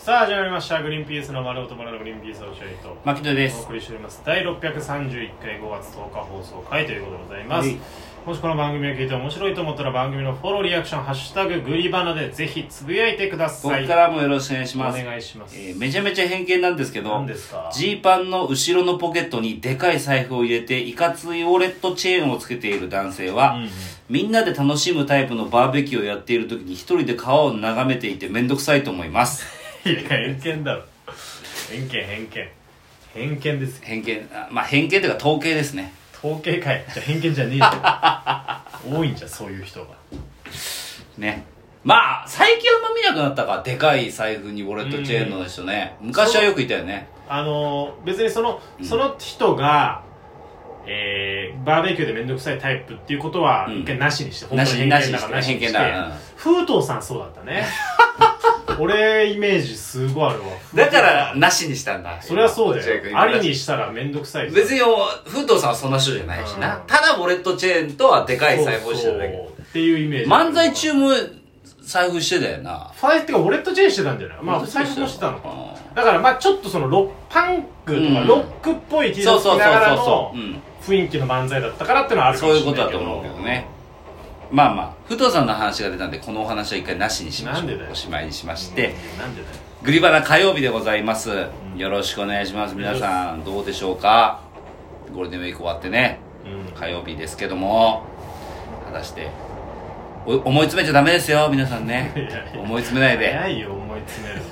さあ始まりましたグリーンピースの丸尾と丸のグリーンピースのシェイと牧野です。 お送りしております第631回5月10日放送回ということでございます、もしこの番組を聞いて面白いと思ったら番組のフォローリアクションハッシュタググリバナでぜひつぶやいてください。 僕からもよろしくお願いします。 お願いします。 めちゃめちゃ偏見なんですけど、 何ですか？ ジーパンの後ろのポケットにでかい財布を入れていかついウォレットチェーンをつけている男性は、みんなで楽しむタイプのバーベキューをやっている時に一人で川を眺めていてめんどくさいと思います。 いや偏見だろ。偏見ですよ。 偏見、まあ偏見というか統計ですね。 統計かい。じゃ偏見じゃねえじゃん。多いんじゃんそういう人がね。まあ最近はあんま見なくなったか、でかい財布にウォレットチェーンの人ね。昔はよくいたよね。 別にその人が、バーベキューでめんどくさいタイプっていうことは一回なしにして、本当に偏見だからなしにして、封筒さんそうだったね。俺イメージすごいあるわ。 だからなしにしたんだ。 そりゃそうだよ。ありにしたらめんどくさい。 別に封筒さんはそんな人じゃないしな、ただウォレットチェーンとはでかい財布をしてただけっていうイメージ。 漫才中も財布してたよな。 ファイってかウォレットチェーンしてたんじゃない？まあ財布もしてたのか。だからまあちょっとそのパンクとかロックっぽい T シャツ着ながらの雰囲気の漫才だったからってのはあるかもしれないけど。 そういうことだと思うけどね。まあまあ不動産の話が出たんでこのお話は一回なしにしましょう。 なんでだよ。 おしまいにしまして、 なんでだよ。 グリバナ火曜日でございます、よろしくお願いします。皆さんどうでしょうか。ゴールデンウィーク終わってね、火曜日ですけども、果たして思い詰めちゃダメですよ皆さんね。思い詰めないで。 早いよ思い詰める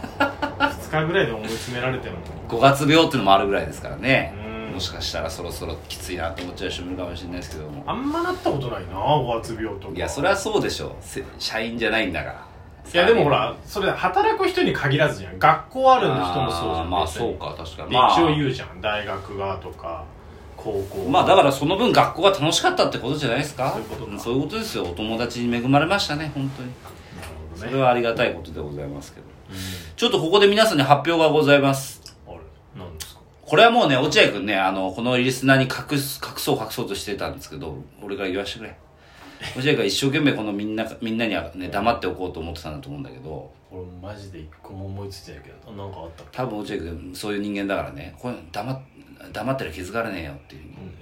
2日ぐらいで思い詰められても 5月病っていうのもあるぐらいですからね。もしかしたらそろそろきついなと思っちゃう人もいるかもしれないですけども、 あんまなったことないな5月病とか。 いやそれはそうでしょ、社員じゃないんだから。 いやでもほらそれ働く人に限らずじゃん。学校ある人もそうじゃん。 まあそうか、確かに、 一応言うじゃん、大学がとか高校。 まあだからその分学校が楽しかったってことじゃないですか。 そういうことですよ。お友達に恵まれましたね本当に。それはありがたいことでございますけど、ちょっとここで皆さんに発表がございます。 あれ何ですか。 これはもうね、落合くんね、このリスナーに隠そうとしてたんですけど、俺から言わせてくれ。落合が一生懸命このみんなにはね、黙っておこうと思ってたんだと思うんだけど、 俺マジで一個も思いついてないけど、なんかあったっけ。 多分落合くんそういう人間だからね、これ黙ってりゃ気づかれねえよっていう、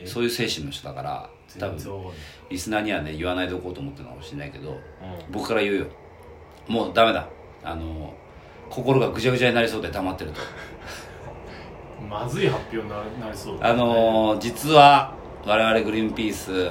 そういう精神の人だから、多分リスナーにはね、言わないでおこうと思ってるのかもしれないけど、僕から言うよ。もうダメだ。心がぐちゃぐちゃになりそうで黙ってると。 まずい発表になりそうだ、ね。 実は我々グリーンピース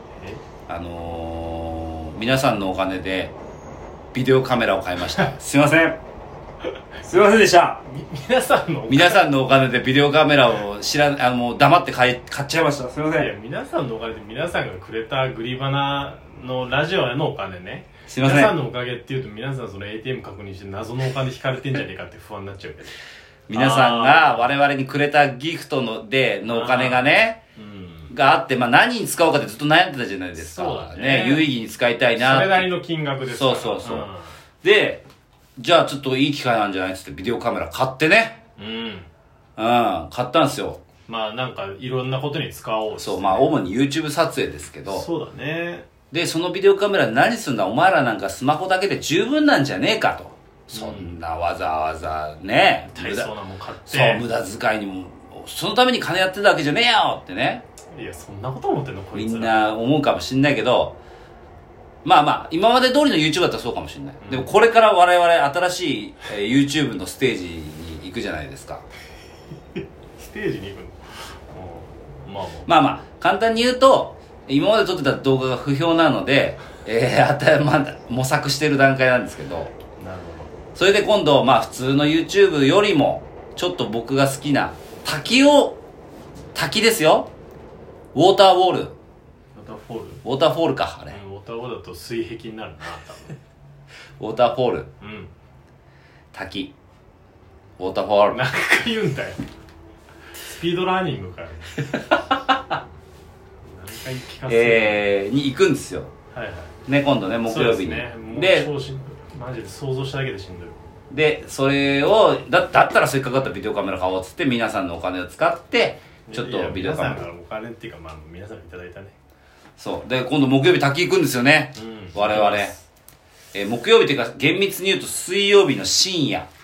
皆さんのお金でビデオカメラを買いました。すいませんでした。皆さんのお金でビデオカメラをもう黙って買っちゃいました。すいません。いや皆さんのお金で皆さんがくれたグリバナのラジオへのお金ね。 すいません。 皆さんのおかげっていうと皆さんその ATM 確認して謎のお金引かれてんじゃねえかって不安になっちゃうけど。 皆さんが我々にくれたギフトのお金がね、があって、まあ何に使おうかってずっと悩んでたじゃないですか。 そうだね。 有意義に使いたいな。 それなりの金額ですから。 そう。で、じゃあちょっといい機会なんじゃないっつってビデオカメラ買ってね。買ったんですよ。 まあなんかいろんなことに使おう。 そう、まあ主に YouTube 撮影ですけど。 そうだね。 で、そのビデオカメラ何すんだ、お前らなんかスマホだけで十分なんじゃねえかと。そんなわざわざね、 大層なもん買って。 そう、無駄遣いにも、そのために金やってたわけじゃねえよってね。 いや、そんなこと思ってんのこいつら。 みんな思うかもしんないけど、まあまあ、今まで通りの YouTube だったらそうかもしんない。でもこれから我々新しい、YouTube のステージに行くじゃないですか。 ステージに行くの？ まあ、簡単に言うと、今まで撮ってた動画が不評なので、まだ模索してる段階なんですけど、それで今度、まあ普通の YouTube よりも、ちょっと僕が好きな、滝ですよ。ウォーターウォール。ウォーターフォールか、あれ。 ウォーターウォールだと水壁になるな、多分。 ウォーターフォール。滝。ウォーターフォール。 何回言うんだよ。スピードラーニングかよ。何回聞かせるに行くんですよ。 はいはい。 ね、今度ね、木曜日に。 で、マジで想像しただけでしんどい。 で、それをだったらせっかくだったらビデオカメラ買おうっつって皆さんのお金を使ってちょっとビデオカメラ。 皆さんからお金っていうか、まあ皆さんいただいたね。 そうで、今度木曜日滝行くんですよね、我々。木曜日っていうか厳密に言うと水曜日の深夜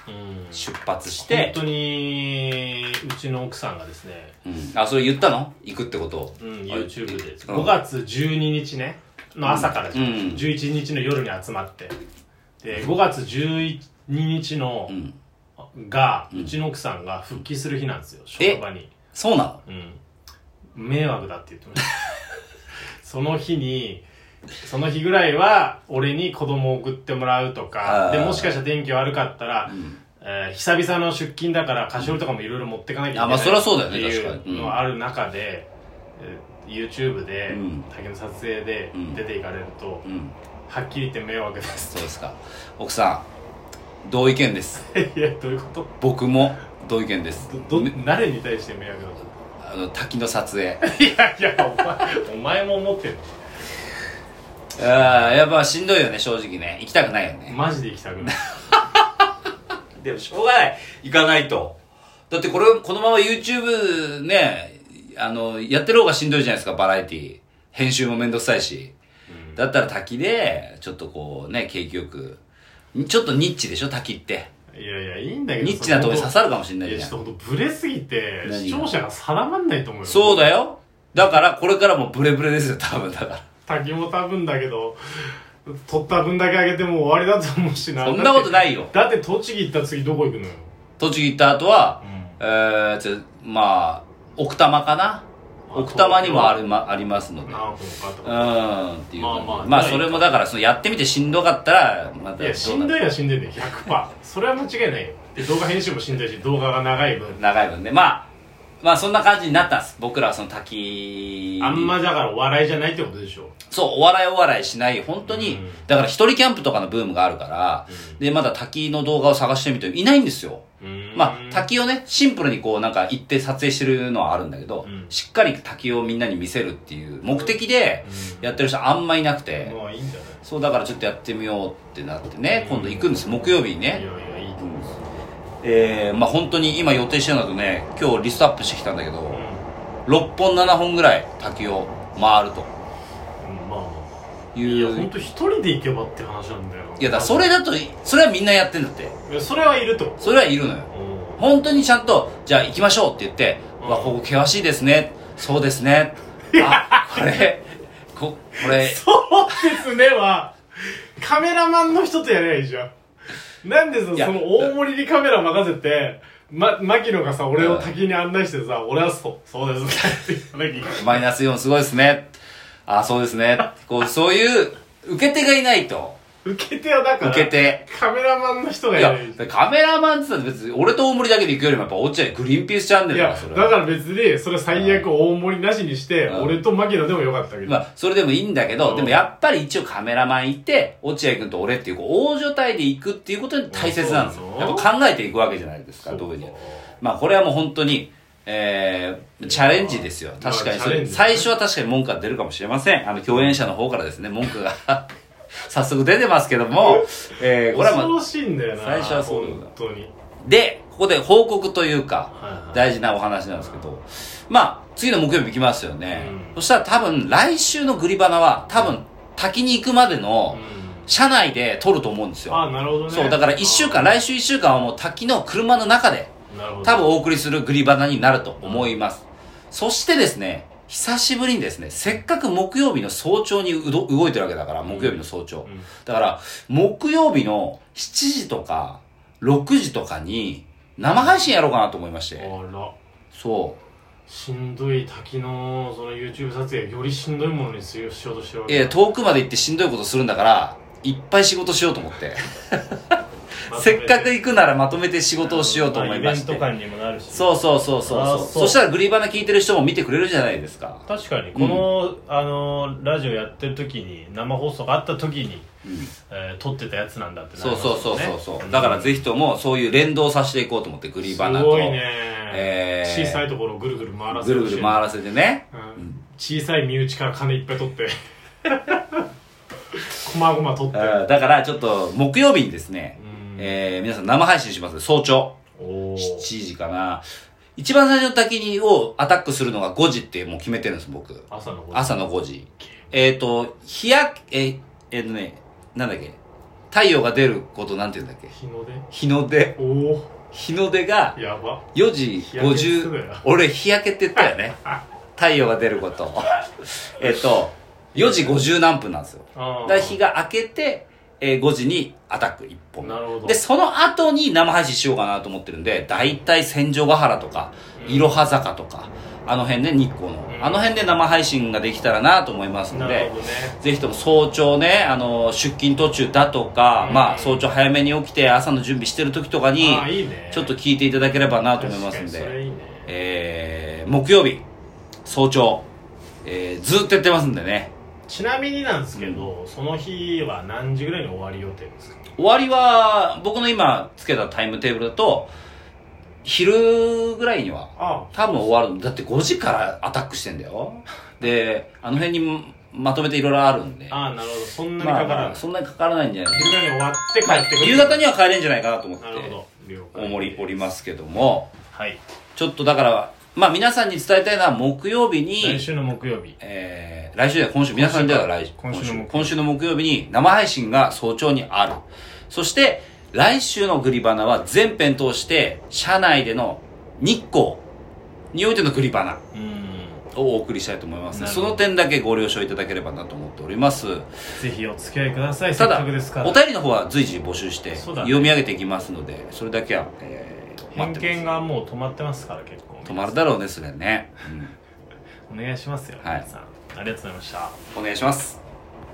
出発して、 本当にうちの奥さんがですね、 あ、それ言ったの？行くってこと？ YouTube で5月12日ねの朝から11日の夜に集まって、で5月11日のがうちの奥さんが復帰する日なんですよ、職場に。 そうなの？ 迷惑だって言ってましたその日ぐらいは俺に子供を送ってもらうとかで、もしかしたら天気悪かったら、久々の出勤だから菓子折りとかもいろいろ持ってかなきゃいけないっていうのがある中で、YouTube で滝の撮影で出ていかれると、はっきり言って迷惑です。 そうですか。奥さん同意見です。 いや、どういうこと？ 僕も同意見です。 誰に対して迷惑だった？ 滝の撮影。 いやお前も思ってる。 やっぱしんどいよね、正直ね。行きたくないよね。 マジで行きたくないでもしょうがない、行かないと。だってこのまま YouTube ね、やってる方がしんどいじゃないですか、バラエティ編集もめんどくさいし、だったら滝でちょっとこうね、景気よく、ちょっとニッチでしょ滝って。 いやいいんだけど、 ニッチなとこに刺さるかもしれないじゃん。 いや、ちょっとほんとブレすぎて視聴者が定まんないと思うよ。 そうだよ。だからこれからもブレブレですよ、多分。だから滝も多分だけど、取った分だけあげても終わりだと思うしな。 そんなことないよ。 だって栃木行った次どこ行くのよ？ 栃木行った後は、まあ奥多摩かな。奥多摩にもありますので、っていうまあそれもだからやってみてしんどかったらまた。 いや、しんどいはしんどいね、 100%。 それは間違いないよ。で、動画編集もしんどいし、動画が長い分ね。まあそんな感じになったんです、僕らは。その滝あんまだからお笑いじゃないってことでしょ。 そう、お笑いしない、本当に、だから一人キャンプとかのブームがあるから、でまだ滝の動画を探してみていないんですよ。まあ滝をね、シンプルにこうなんか行って撮影してるのはあるんだけど、しっかり滝をみんなに見せるっていう目的でやってる人あんまいなくて、 まあいいんじゃない。 そうだからちょっとやってみようってなってね、今度行くんです、木曜日にね。 いやいいと思うんですよ。 まあ本当に今予定してるのだとね、今日リストアップしてきたんだけど、6本7本ぐらい滝を回るという。 いや本当一人で行けばって話なんだよ。 いやだからそれはみんなやってんだって。 いや、それはいると。 それはいるのよ。本当にちゃんとじゃあ行きましょうって言って、わ、ここ険しいですね、そうですね、あ、これそうですねはカメラマンの人とやればいいじゃん。なんでその大盛りにカメラ任せて、牧野がさ、俺を滝に案内してさ、俺はそうですねってマイナス4すごいですね、あ、そうですね、そういう受け手がいないと。 受け手はだからカメラマンの人がやる。 いや、カメラマンって言ったら別に俺と大森だけで行くよりもやっぱ落合グリーンピースチャンネルだから。 いや、だから別にそれ最悪大盛りなしにして、俺と牧野でもよかったけど、 まあそれでもいいんだけど、でもやっぱり一応カメラマンいて落合君と俺っていう大所帯で行くっていうことに大切なんですよ。やっぱ考えていくわけじゃないですか、特に。まあこれはもう本当にチャレンジですよ。確かに最初は確かに文句が出るかもしれません。共演者の方からですね、文句が早速出てますけども、これは恐ろしいんだよな、 最初はそうだ。 本当に。 で、ここで報告というか、大事なお話なんですけど、まあ次の木曜日行きますよね。そしたら多分来週のグリバナは多分滝に行くまでの車内で撮ると思うんですよ。 あ、なるほどね。 そう、だから来週1週間はもう滝の車の中で多分お送りするグリバナになると思います。そしてですね、久しぶりにですね、せっかく木曜日の早朝に動いてるわけだから、木曜日の早朝。だから、木曜日の7時とか、6時とかに、生配信やろうかなと思いまして。 あら。 そう。 しんどい滝の、その YouTube 撮影、よりしんどいものにしようとしてるわけ。 いや、遠くまで行ってしんどいことするんだから、いっぱい仕事しようと思って。せっかく行くならまとめて仕事をしようと思いまして、 イベント感にもなるし、 そうそしたらグリバナ聞いてる人も見てくれるじゃないですか。 確かにこの、ラジオやってる時に生放送があった時に、撮ってたやつなんだってなりますよね。 そうだからぜひともそういう連動させていこうと思って、グリバナとすごいね、小さいところをぐるぐる回らせてね、 小さい身内から金いっぱい取ってこまごま取って、 だからちょっと木曜日にですね、皆さん生配信します。早朝7時かな。一番最初の滝をアタックするのが5時ってもう決めてるんです、僕。 朝の 5時。なんだっけ、太陽が出ることなんて言うんだっけ、 日の出。 日の出。 日の出がやば 4時50俺日焼けって言ったよね太陽が出ること4時50何分なんですよ。だから日が明けて、5時にアタック1本。 なるほど。 で、その後に生配信しようかなと思ってるんで、だいたい千条ヶ原とか、いろは坂とか、あの辺ね、日光の。あの辺で生配信ができたらなと思いますので、 なるほどね、 ぜひとも早朝ね、出勤途中だとか、まあ、早朝早めに起きて朝の準備してる時とかに、ちょっと聞いていただければなと思いますんで、 それいいね、 木曜日、早朝、ずっとやってますんでね。 ちなみになんですけど、その日は何時ぐらいに終わり予定ですか？ 終わりは僕の今つけたタイムテーブルだと昼ぐらいには多分終わる。だって5時からアタックしてんだよ。であの辺にまとめていろいろあるんで。 なるほど。そんなにかからない、 そんなにかからないんじゃないかな。 昼ぐらいに終わって帰ってくる、 夕方には帰れんじゃないかなと思っておりますけども、 はい、 ちょっとだからまあ皆さんに伝えたいのは木曜日に、 来週の木曜日、 来週では今週、皆さんでは今週の木曜日に生配信が早朝にある。そして来週のグリバナは全編通して社内での日光においてのグリバナをお送りしたいと思います、その点だけご了承いただければなと思っております。 ぜひお付き合いください。 ただせっかくですからお便りの方は随時募集して読み上げていきますので、それだけは、 偏見がもう止まってますから。結構止まるだろうねそれね、 お願いしますよ、皆さん。ありがとうございました。 お願いします。